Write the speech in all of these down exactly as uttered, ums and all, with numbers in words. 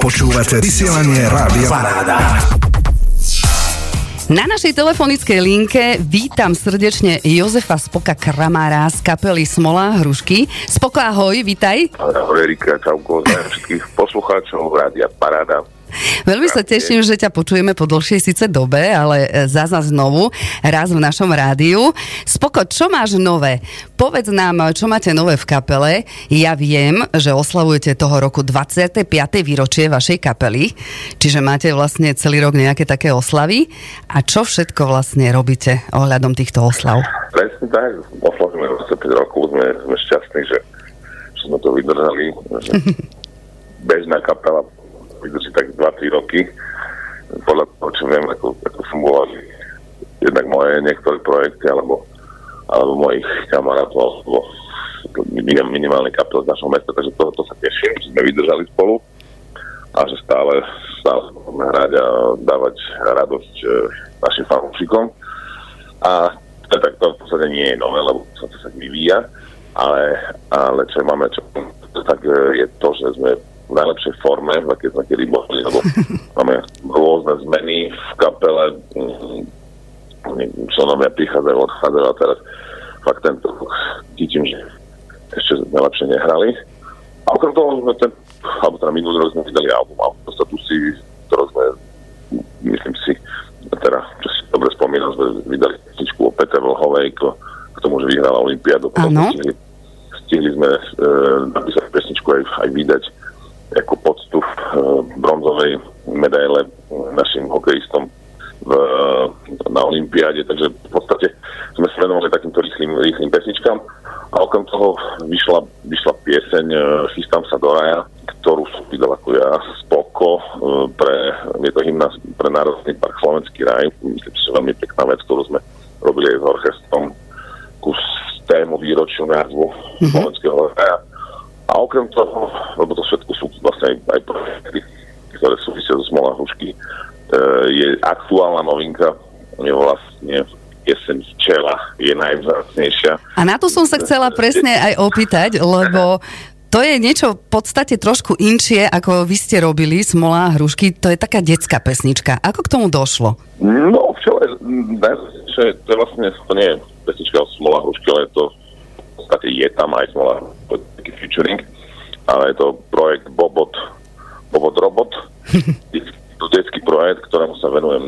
Počúvate vysielanie Rádia Paráda. Na našej telefonickej linke vítam srdečne Jozefa Spoka Kramára z kapely Smola Hrušky. Spoko, ahoj, vítaj. Ahoj Erika, čauko, za všetkých poslucháčov Rádia Paráda. Veľmi sa teším, že ťa počujeme po dlhšej síce dobe, ale zasa znovu, raz v našom rádiu. Spoko, čo máš nové? Povedz nám, čo máte nové v kapele. Ja viem, že oslavujete toho roku dvadsiate piate výročie vašej kapely, čiže máte vlastne celý rok nejaké také oslavy. A čo všetko vlastne robíte ohľadom týchto oslav? Presne tak, oslavujeme dvadsaťpäť rokov, sme, sme šťastní, že, že sme to vydržali, že bežná kapela vydrží tak dva tri roky. Podľa toho, čo viem, ako, ako fungovali jednak moje niektoré projekty, alebo, alebo mojich kamarátov, alebo minimálny kapel z našho mesta, takže to, to sa teším, že sme vydržali spolu a že stále, stále môžeme hrať a dávať radosť e, našim fanúšikom. A tak to v podstate nie je nové, lebo sa to sa vyvíja, ale, ale čo máme, čo, tak je to, že sme v najlepšej forme, v akej sme kedy boli, lebo máme rôzne zmeny v kapele, členovia prichádzajú, odchádzajú a teraz fakt tento cítim, že ešte sme lepšie nehrali. A okrem toho sme ten, alebo teda minulý rok sme vydali album, album Statusy, ktorý sme, myslím si, teda, čo si dobre spomínam, sme vydali pesničku o Petre Vlhovej, k tomu, že vyhrala olympiádu. Stihli, stihli sme e, napísať pesničku aj, aj vydať ako poctu e, bronzovej medaile našim hokejistom v, na olympiáde, takže v podstate sme sa venovali takýmto rýchlým, rýchlým pesničkám a okrem toho vyšla, vyšla pieseň e, Chystám sa do raja, ktorú som vydal ako ja Spoko, e, pre, je to hymna pre Národný park Slovenský raj, myslím, že veľmi pekná vec, ktorú sme robili aj s orchestrom ku tému výročiu názvu mm-hmm. Slovenského raja. A okrem toho, lebo to všetko sú vlastne aj, aj projekty, ktoré súvisia so Smola Hrušky, e, je aktuálna novinka, je vlastne Jeseň včela, je najvzácnejšia. A na to som sa chcela presne aj opýtať, lebo to je niečo v podstate trošku inšie, ako vy ste robili Smola Hrušky, to je taká detská pesnička. Ako k tomu došlo? No, včela, že to je vlastne, to nie je pesnička o Smola Hrušky, ale je to v podstate je tam aj Smola, taký featuring, ale je to projekt Bobot, Bobot Robot. Je to detský projekt, ktorému sa venujem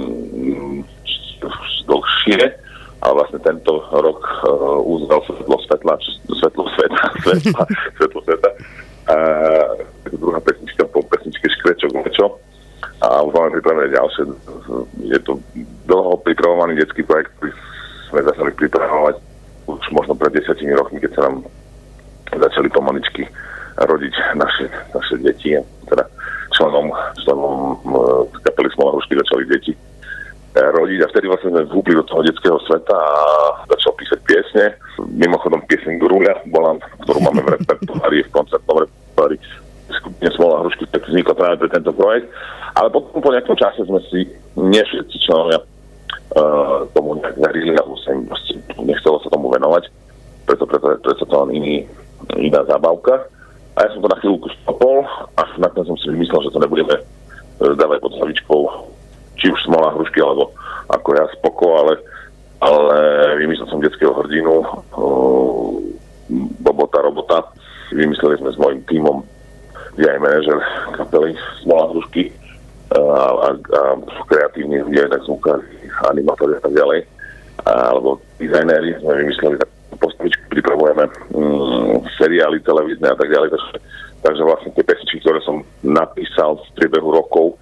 dlhšie, ale vlastne tento rok uh, uzrel svetlo svetla, svetlo sveta, svetla, svetlo sveta. A druhá pesnička po pesničke Škrečok Mečo. A už máme pripravené ďalšie. Je to dlho pripravovaný detský projekt, ktorý sme začali pripravovať už možno pred desiatimi rokmi, keď sa nám začali pomaličky rodiť naše, naše deti. Teda členom, členom kapely Smola Hrušky začali deti rodiť a vtedy vlastne sme vhúpli do toho detského sveta a začal písať piesne. Mimochodom pieseň Guruľa bola, ktorú máme v repertoári, v koncertnom repertoári skupine Smola Hrušky, tak vznikla práve pre tento projekt. Ale potom po nejakom čase sme si nie všetci členovia Uh, tomu nejak verili, alebo sa im proste nechcelo sa tomu venovať, preto, preto, preto to len iný, iná zábavka. A ja som to na chvíľku stopol a nakoniec som si vymyslel, že to nebudeme dávať pod hlavičkou či už Smola Hrušky, alebo ako ja Spoko, ale, ale vymyslel som detského hrdinu uh, Bobota Robota. Vymysleli sme s mojím tímom, je aj manažer kapely Smola Hrušky a, a, a kreatívni ľudia, tak zvukári, animátori a tak ďalej, alebo dizajnéri sme vymysleli takú postavičku, pripravujeme mm, seriály televízne a tak ďalej, takže, takže vlastne tie pesničky, ktoré som napísal v priebehu rokov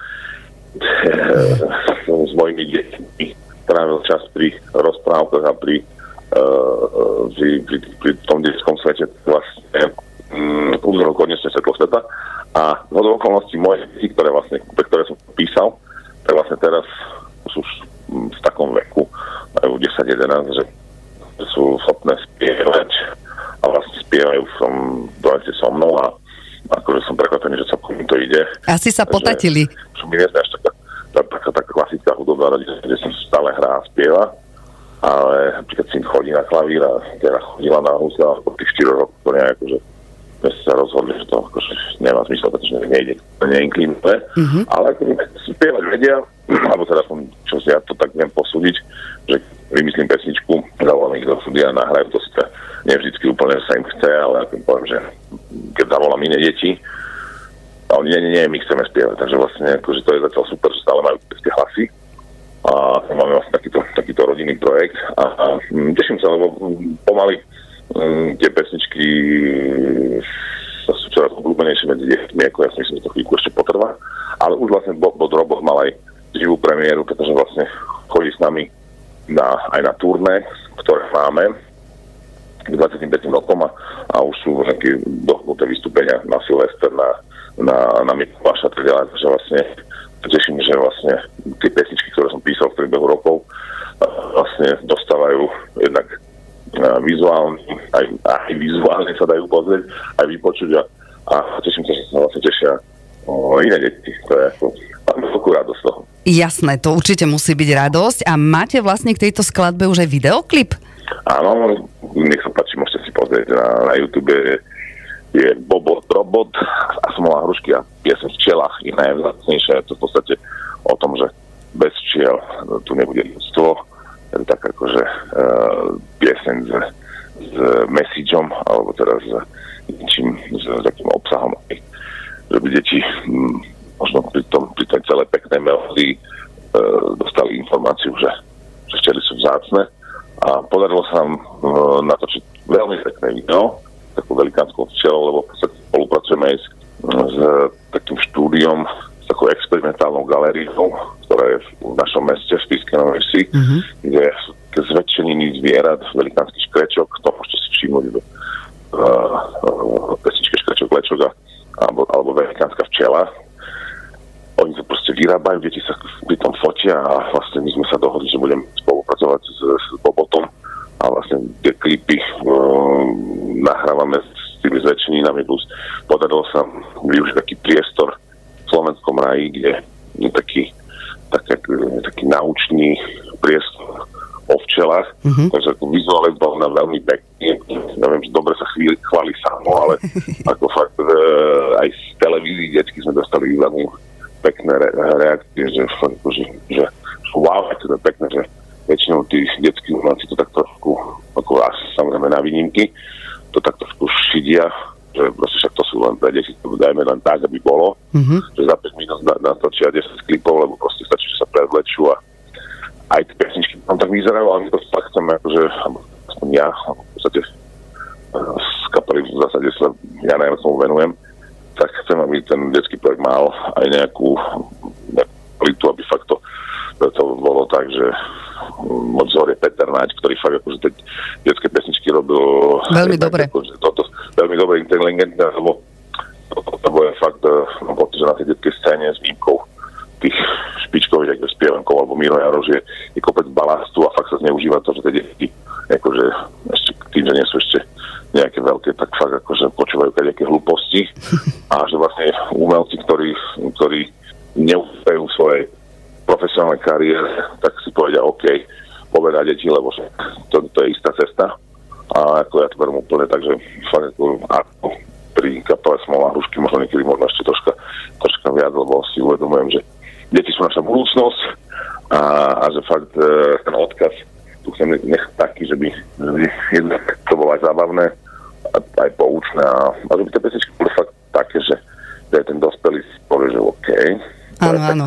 e, s mojimi deťmi, trávil čas pri rozprávkach a pri, e, pri, pri, pri tom detskom svete vlastne mm, uzrel konečne svetlo sveta. A z okolností moje deti, ktoré vlastne, pre ktoré som písal, tak vlastne teraz sú v takom veku, majú desať jedenásť, že sú schopné spievať a vlastne spievajú v tom dojete so mnou a akože som prekvapený, že sa mi to ide. Asi sa potatili. Že mi neznáš taká, taká, taká klasická hudobná rodina, kde som stále hrá a spieva, ale napríklad syn chodí na klavír a teda chodila na husle a po tých štyroch rokov to nejako, že sme sa rozhodli, že to akože nemá zmysel, pretože nejde, neinklinuje, mm-hmm. ale ako spievať vedia, alebo teda čo si ja to tak viem posúdiť, že vymyslím pesničku, zavolám ich do súdia a nahrajú to si nie vždycky úplne sa im chce, ale ako poviem, že keď zavolám iné deti, a oni nie, nie, nie, my chceme spievať, takže vlastne akože to je zatiaľ super, že stále majú tie hlasy a máme vlastne takýto, takýto rodinný projekt a, a teším sa, lebo pomaly um, tie pesničky sa sú čoraz obľúbenejšie medzi deťmi, ako ja si myslím, že to chvíľku ešte potrvá, ale už vlastne Bod Robot mal aj živú premiéru, pretože vlastne chodí s nami na, aj na turné, ktoré máme k dvadsiatym piatym rokom a, a už sú nejaké dohodnuté vystúpenia na Silvester, na, na, na Mikuláša a tak ďalej, takže vlastne teším, že vlastne tie pesničky, ktoré som písal v priebehu rokov, vlastne dostávajú jednak vizuálne, aj, aj vizuálne sa dajú pozrieť, aj vypočuť a, a teším sa, že sa vlastne tešia o iné deti, to je ako, mám veľkú radosť z toho. Jasné, to určite musí byť radosť a máte vlastne k tejto skladbe už aj videoklip? Áno, nech sa páči, môžete si pozrieť na, na YouTube, je, je Bobo Robot a Smola hrušky a piesň Včela, iná je vzácnejšia, je to v podstate o tom, že bez včiel tu nebude ľudstvo, je to tak akože uh, pieseň s, s messageom, alebo teda s ničím, s, s takým obsahom, že by deti m, možno pri, tom, pri tej celej peknej melódii uh, dostali informáciu, že, že včely sú vzácne. A podarilo sa nám uh, natočiť veľmi pekné video, takú velikánskou včelou, lebo v podstate spolupracujeme aj s, s takým štúdiom, s takou experimentálnou galériou, ktorá je v našom meste, v Spišskej Novej Vsi, mm-hmm. kde sú zväčšeniny zvierat, velikánsky škrečok, to môžete si všimnúť, uh, uh, pesničke škrečok, lečok alebo, alebo velikánska včela. Oni to proste vyrábajú, deti sa pri tom fotia a vlastne my sme sa dohodli, že budeme spolupracovať s, s Bobotom a vlastne tie klipy uh, nahrávame s tými zväčšeninami, plus podarilo sa využiť taký priestor v Slovenskom raji, kde je taký, taký, taký naučný priestor o včelách, mm-hmm. takže ako vizuálne bol na veľmi pekný, neviem, že dobre sa chvíli, chváli samo, ale ako fakt uh, aj z televízií detsky sme dostali veľmi pekné re- reakcie, že, že, že wow, to je pekné, že väčšinou tí detskí umelci to tak trošku, ako asi samozrejme na výnimky, to tak trošku šidia, že proste však to sú len pre deti, to dajme len tak, aby bolo, mm-hmm. že za päť minút natočia desať klipov, lebo proste stačí, že sa predvlečú a aj tie pesničky tam tak vyzerajú, ale my to fakt chceme, akože, aspoň ja, v podstate z kapely v zásade sa ja najviac tomu venujem, tak chcem, aby ten detský projekt mal aj nejakú kvalitu, aby fakt to, to bolo tak, že moc vzor je Peter Naď, ktorý fakt akože tie detské pesničky robil veľmi dobre. Akože toto, veľmi dobre, inteligentné, lebo to, to, to bolo fakt, no, že na tej detskej scéne s výjimkou tých špičkových, ako spievankov alebo Miro Jaroš je, je kopec balastu a fakt sa zneužíva to, že tie deti akože ešte tým, že nie sú ešte nejaké veľké, tak fakt akože počúvajú nejaké hlúposti a že vlastne umelci, ktorí, ktorí neúspejú svoje profesionálne kariére, tak si povedia OK, povedať deti, lebo to, to je istá cesta a ako ja to beriem úplne, takže fakt ako, ako pri kapele Smola hrušky možno niekedy možno ešte troška, troška viac, lebo si uvedomujem, že deti sú naša budúcnosť a, a že fakt e, ten odkaz tu chcem nechať taký, že by, že by jednak to bolo aj zábavné a aj poučné a, a že by tie pesničky boli fakt také, že, že ten dospelý si povie, že OK. Áno, áno.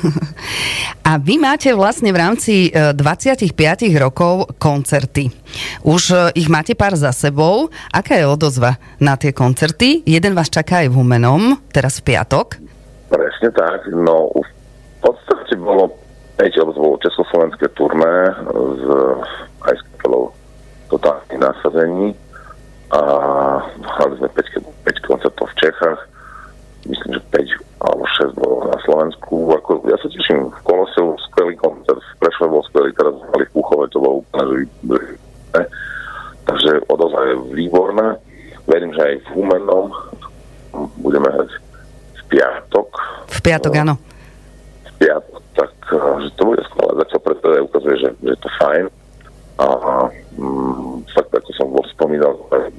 A vy máte vlastne v rámci dvadsaťpäť rokov koncerty. Už ich máte pár za sebou. Aká je odozva na tie koncerty? Jeden vás čaká aj v Humennom, teraz v piatok. Presne tak. No v podstate bolo, viete, lebo to bolo československé turné s, aj s kapelou Totálnych nasazení a mali sme päť koncertov v Čechách. Myslím, že päť alebo šesť bolo na Slovensku. Ako, ja sa teším, v Koloseu skvelý koncert, v Prešove bol skvelý, teraz mali v Púchove, to bolo úplne že ne? Takže odozva je výborná. Verím, že aj v Humennom budeme hrať v piatok. V piatok, áno. V piatok, tak že to bude skvelé. Zatiaľ preto ukazuje, že, že je to fajn. A mm, fakt, ako som bol spomínal,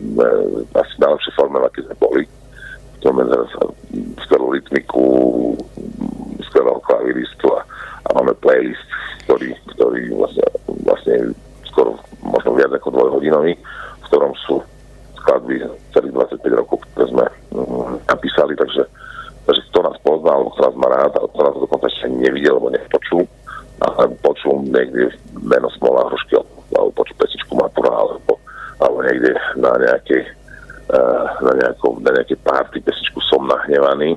asi v najlepšej forme, aké sme boli. To máme teraz skvelú rytmiku, skvelého klaviristu a, a máme playlist, ktorý, ktorý vlastne, vlastne skoro možno viac ako dvojhodinový, v ktorom sú skladby celých dvadsaťpäť rokov, ktoré sme mm, napísali, takže, takže kto nás pozná, alebo kto nás má rád, alebo kto nás dokonca ešte nevidel, alebo nepočul, ale počul niekde meno Smola Hrušky, alebo počul pesničku Matura, alebo, alebo niekde na nejakej na nejakej, na nejakej party pesničku Som nahnevaný.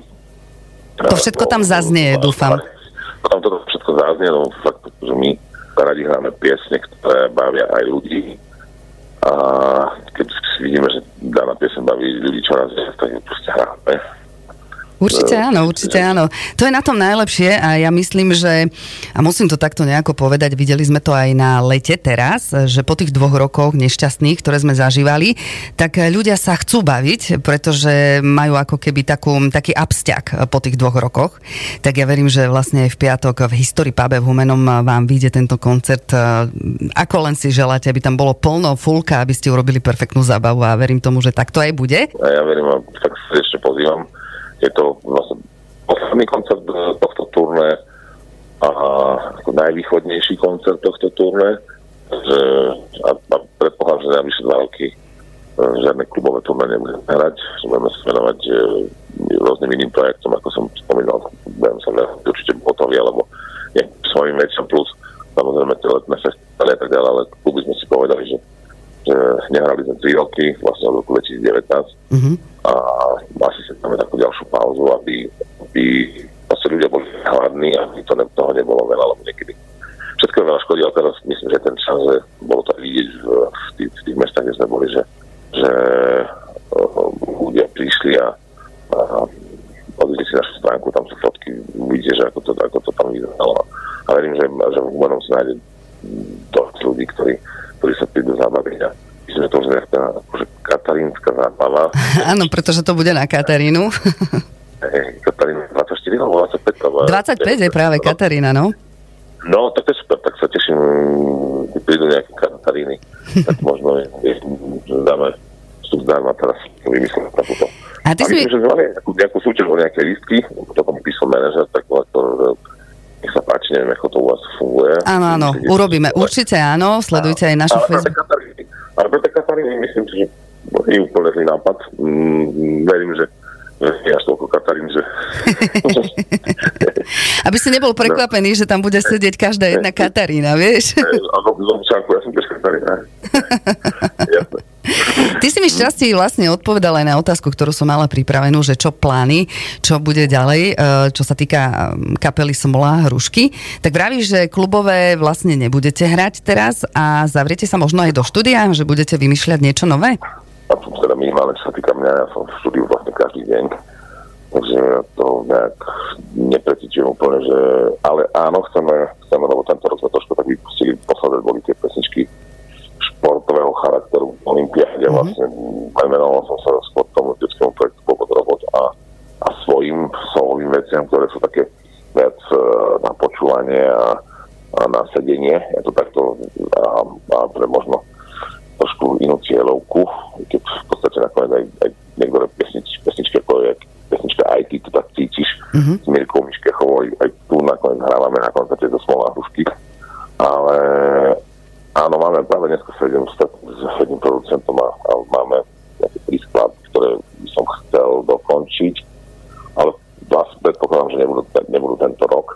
To všetko tam zaznie, dúfam. Tam toto všetko zaznie, no fakt, že my radi hráme piesne, ktoré bavia aj ľudí. A keď vidíme, že daná piesň baví ľudí čoraz viac, tak ju proste hráme. Určite áno, určite áno. To je na tom najlepšie a ja myslím, že, a musím to takto nejako povedať, videli sme to aj na lete teraz, že po tých dvoch rokoch nešťastných, ktoré sme zažívali, tak ľudia sa chcú baviť, pretože majú ako keby takú, taký absťak po tých dvoch rokoch. Tak ja verím, že vlastne aj v piatok v History Pube v Humennom vám vyjde tento koncert. Ako len si želáte, aby tam bolo plno, fulka, aby ste urobili perfektnú zábavu a verím tomu, že takto aj bude. A ja verím a tak sa ešte pozývam. Je to vlastne posledný koncert tohto turné a najvýchodnejší koncert tohto turné. Že, a, a predpokladám, že najbližšie dva roky žiadne klubové turné nebudeme hrať. Budeme sa venovať e, rôznym iným projektom, ako som spomínal. Budeme sa venovať určite hotoví, alebo nejakým svojím veciam plus samozrejme tie letné festivaly a tak ďalej, ale kluby sme si povedali, že, že nehrali sme tri roky, vlastne od roku dvetisícdevätnásť. Mm-hmm. A asi si dáme takú ďalšiu pauzu, aby, aby vlastne ľudia boli hladní, aby to ne, toho nebolo veľa, lebo niekedy všetko je veľa škodí, ale teraz myslím, že ten čas, že bolo to aj vidieť v, v, tých, v tých mestách, kde sme boli, že, že uh, ľudia prišli a, a odvideli si našu stránku, tam sú fotky, uvidíte, že ako to, ako to tam vyzeralo. A verím, že, že v Humennom sa nájde dosť ľudí, ktorí, ktorí sa prídu zabaviť a myslím, že to už je akože katarínska zábava. Áno, pretože to bude na Katarínu. Hey, Katarína dvadsaťštyri alebo dvadsaťpäť? dvadsaťpäť je práve no. Katarína, no. No, tak to je super, tak sa teším, keď prídu nejaké Kataríny. Tak možno dáme vstup zdarma teraz vymyslieť na toto. A ty a si myslím, mi... že sme mali nejakú, nejakú súťaž o nejaké lístky, to tam písal manažer, tak to, nech sa páči, neviem, ako to u vás funguje. Áno, áno, urobíme, určite áno, sledujte aj našu Facebook. Ale pre také Kataríny myslím si, že je úplne zlý nápad. Mm, verím, že nie až toľko Katarín, že... Aby si nebol prekvapený, no. Že tam bude sedieť každá jedna Katarína, vieš? A do občanku, ja som tiež Katarína. Jasné. Ty si mi šťastie vlastne odpovedal aj na otázku, ktorú som mala pripravenú, že čo plány, čo bude ďalej, čo sa týka kapely Smola Hrušky. Tak vravíš, že klubové vlastne nebudete hrať teraz a zavriete sa možno aj do štúdia, že budete vymýšľať niečo nové? A to teda minimálne, čo sa týka mňa, ja som v štúdiu vlastne každý deň, takže to nejak neprecíčujem úplne, že... Ale áno, chceme, chceme, lebo tento rok sme trošku tak vypustili, posledné boli tie pesničky športového charakteru v olympiáde. Mm-hmm. Vlastne venoval som sa športovému detskému projektu Bobot Robot a, a svojim solovým veciam, ktoré sú také viac uh, na počúvanie a, a na sedenie. Je to takto a, a pre možno trošku inú cieľovku, keď v podstate nakoniec aj, aj niektoré pesnič, pesničky, ako je pesnička aj ty, to tak cítiš mm-hmm. s Mirkou Miškechovou, aj tu nakoniec hrávame na koncerte zo Smola Hrušky. Ale áno, máme práve dneska sedem s jedným producentom a, a máme nejaké tri skladby, ktoré by som chcel dokončiť, ale vlastne predpokladám, že nebudú, nebudú tento rok,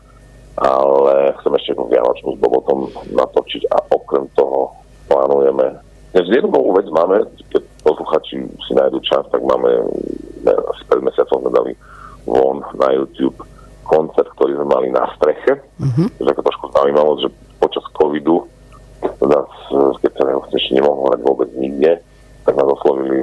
ale chcem ešte vianočnú s Bobotom natočiť a okrem toho plánujeme. Dnes jednu novú vec máme, keď posluchači si nájdu čas, tak máme pred mesiacom sme dali von na YouTube koncert, ktorý sme mali na streche. Mm-hmm. To je taká trošku zaujímavosť, že počas covidu nás, keď sa ešte nemohol hrať vôbec nikde, tak nás oslovili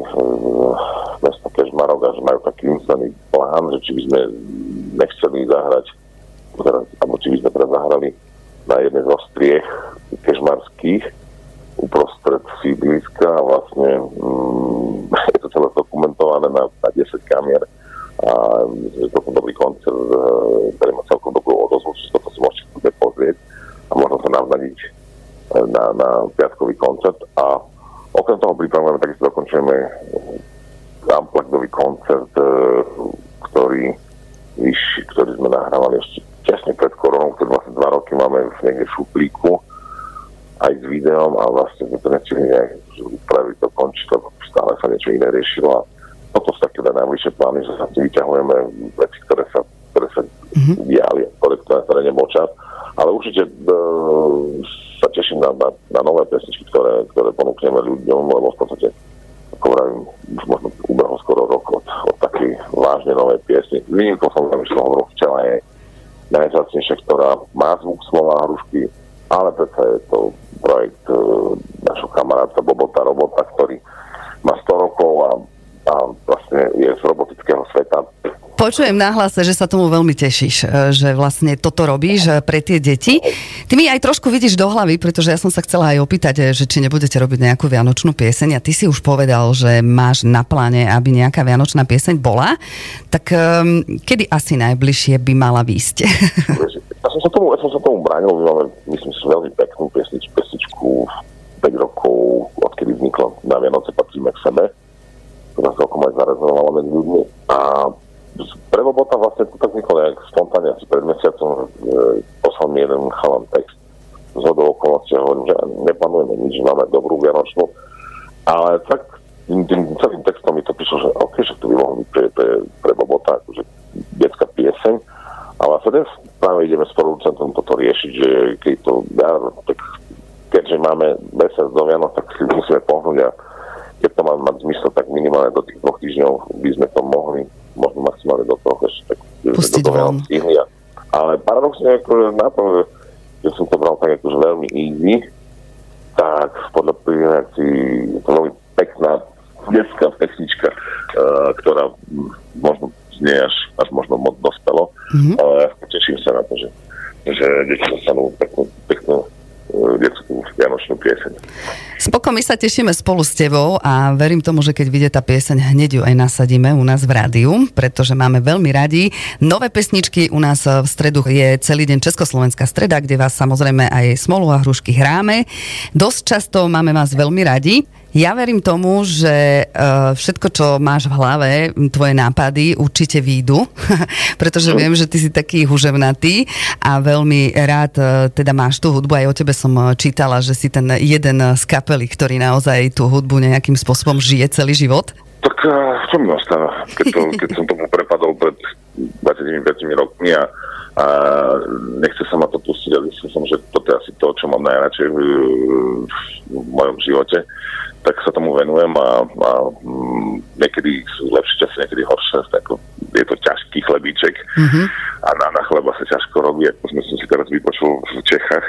mesto Kežmarok a že majú taký vymyslený plán, že či by sme nechceli zahrať, alebo či by sme teda zahrali na jednej zo striech kežmarských uprostred sídliska a vlastne mm, je to celé dokumentované na, na desať kamier a je to dobrý koncert, ktorý má celkom dobrú odozvu, čiže toto si môžete pozrieť a možno sa navnadiť na, na piatkový koncert a Okrem toho pripravujeme, takisto dokončujeme unpluggedový koncert, ktorý, vyš, ktorý sme nahrávali ešte tesne pred koronou, ktorý vlastne dva roky máme niekde v šuplíku, aj s videom, a vlastne sme to nechceli nejak upraviť, dokončiť, lebo stále sa niečo iné riešilo. A toto sú také najbližšie plány, že sa vyťahujeme veci, ktoré sa, ktoré sa mm-hmm. diali, ktoré, ktoré nebol čas. Ale určite uh, sa teším na, na, na nové pesničky, ktoré, ktoré ponúkneme ľuďom, lebo v podstate, ako vravím, už možno ubehol skoro rok od, od takej vážne novej piesny. Výnimkou som tam išlo hovoril, včela je najzácnejšia, ktorá má zvuk Slova hrušky, ale predsa je to projekt uh, našho kamaráta Bobota Robota, ktorý má sto rokov a, a vlastne je z robotického sveta. Počujem na hlase, že sa tomu veľmi tešíš, že vlastne toto robíš pre tie deti. Ty mi aj trošku vidíš do hlavy, pretože ja som sa chcela aj opýtať, že či nebudete robiť nejakú vianočnú pieseň, a ty si už povedal, že máš na pláne, aby nejaká vianočná pieseň bola. Tak um, kedy asi najbližšie by mala výjsť? Ja som sa tomu, ja som sa tomu bránil, my máme, myslím si, veľmi peknú pesničku, pesničku päť rokov, odkedy vzniklo Na Vianoce patríme k sebe. To nás celkom aj zarezonovalo medzi ľuďmi. A pre Bobota vlastne to tak vzniklo nejak spontánne, asi pred mesiacom e, poslal mi jeden chalan text. Zhodou okolností hovorím, že neplánujeme nič, že máme dobrú vianočnú. Ale tak tým, tým celým textom mi to prišlo, že ok, že to by mohlo byť pre, pre, pre Bobota akože detská pieseň. Ale vlastne dnes práve ideme s producentom toto riešiť, že keď to ja, tak keďže máme mesiac do Vianoc, tak si musíme pohnúť, a keď to má mať zmysel, tak minimálne do tých dvoch týždňov by sme to mohli, možno maximálne do toho ešte tak pustiť von. Ale paradoxne, akože na to, že som to bral tak akože veľmi easy, tak podľa prvých reakcií je to veľmi pekná detská pesnička, uh, ktorá možno znie až, až možno moc dospelo, mm-hmm. ale ja teším sa na to, že, že deti dostanú peknú, peknú detskú vianočnú pieseň. Spoko, my sa tešíme spolu s tebou a verím tomu, že keď vyjde tá pieseň, hneď ju aj nasadíme u nás v rádiu, pretože máme veľmi radi nové pesničky. U nás v stredu je celý deň Československá streda, kde vás samozrejme aj Smolu a hrušky hráme. Dosť často máme vás veľmi radi. Ja verím tomu, že uh, všetko, čo máš v hlave, tvoje nápady určite výjdu, pretože mm. viem, že ty si taký huževnatý a veľmi rád uh, teda máš tú hudbu. Aj o tebe som čítala, že si ten jeden z kapely, ktorý naozaj tú hudbu nejakým spôsobom žije celý život. Tak uh, čo mi nastáva, keď, to, keď som tomu prepadol pred dvadsaťpäť rokmi a, a nechce sa ma to pustiť, ale myslím som, že toto je asi to, čo mám najradšej v, v mojom živote, tak sa tomu venujem a, a m, niekedy sú lepšie časy, niekedy horšie, ako je to ťažký chlebíček mm-hmm. a na, na chleba sa ťažko robí, ako sme som si teraz vypočul v Čechách.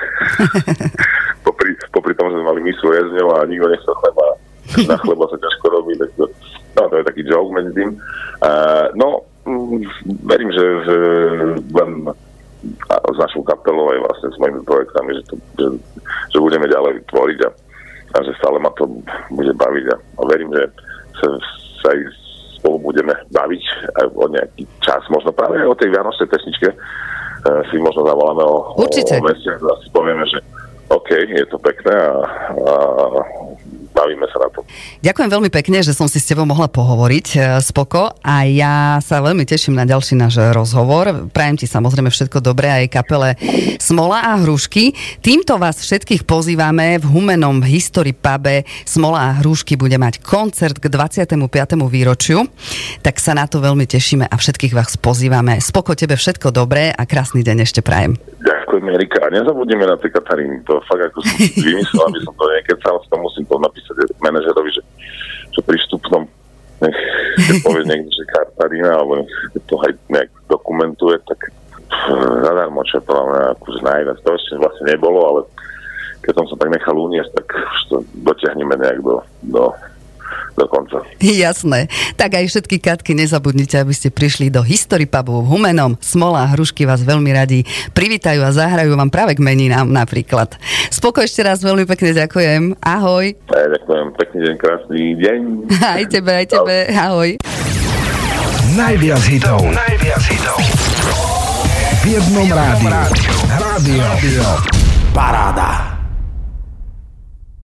popri, popri tom, že sme mali misu rezňov a nikto nechcel chleba, na chleba sa ťažko robí, tak to, no, to je taký joke medzi tým. Uh, no, m, verím, že, že len s našou kapelou aj vlastne s mojimi projektami, že, to, že, že budeme ďalej tvoriť a a že stále ma to bude baviť a, a verím, že sa, sa aj spolu budeme baviť aj o nejaký čas, možno práve aj o tej vianočnej pesničke e, si možno zavoláme o, o, o mesiac a si povieme, že OK, je to pekné a, a bavíme sa na to. Ďakujem veľmi pekne, že som si s tebou mohla pohovoriť, Spoko, a ja sa veľmi teším na ďalší náš rozhovor. Prajem ti samozrejme všetko dobré aj kapele Smola a hrušky. Týmto vás všetkých pozývame v Humennom History pube. Smola a hrušky bude mať koncert k dvadsiatemu piatemu výročiu, tak sa na to veľmi tešíme a všetkých vás pozývame. Spoko, tebe všetko dobré a krásny deň ešte prajem. Ďakujem, Erika. A nezabudnime na tie Kataríny. To fakt ako som vymyslel, aby som to nekecal, to musím to napísať manažerovi, že, že pri vstupnom nech povie niekde, že Katarína, alebo nech to aj nejak dokumentuje, tak zadarmo, čo je to akože najviac. To ešte vlastne nebolo, ale keď som sa tak nechal uniesť, tak už to dotiahneme nejak do, do do konca. Jasné. Tak aj všetky Katky nezabudnite, aby ste prišli do History pubu v Humennom. Smola a hrušky vás veľmi radi privítajú a zahrajú vám práve k meninám napríklad. Spoko, ešte raz veľmi pekne ďakujem. Ahoj. Ja ďakujem. Pekný deň, krásny deň. Aj tebe, aj tebe. Ahoj. Najviac hitov. Najviac hitov. V jednom rádiu. Rádio. Rádio. Paráda.